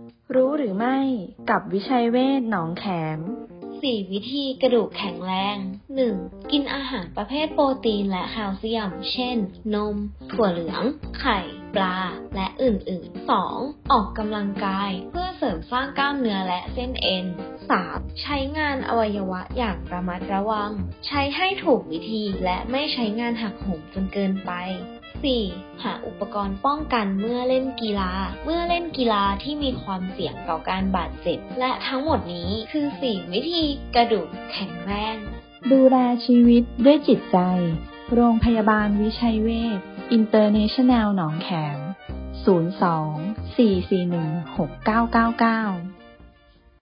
รู้หรือไม่กับวิชัยเวชหนองแขม 4 วิธีกระดูกแข็งแรง 1. กินอาหารประเภทโปรตีนและแคลเซียม เช่น นม ถั่วเหลือง ไข่ ปลา และอื่นๆ 2. ออกกำลังกายเพื่อเสริมสร้างกล้ามเนื้อและเส้นเอ็น 3. ใช้งานอวัยวะอย่างระมัดระวัง ใช้ให้ถูกวิธีและไม่ใช้งานหักโหมจนเกินไป 4. หาอุปกรณ์ป้องกันเมื่อเล่นกีฬาที่มีความเสี่ยงต่อการบาดเจ็บ และทั้งหมดนี้คือ 4 วิธีกระดูกแข็งแรงดูแลชีวิตด้วยจิตใจ โรงพยาบาลวิชัยเวชอินเตอร์เนชั่นแนลหนองแขม 02 441 6999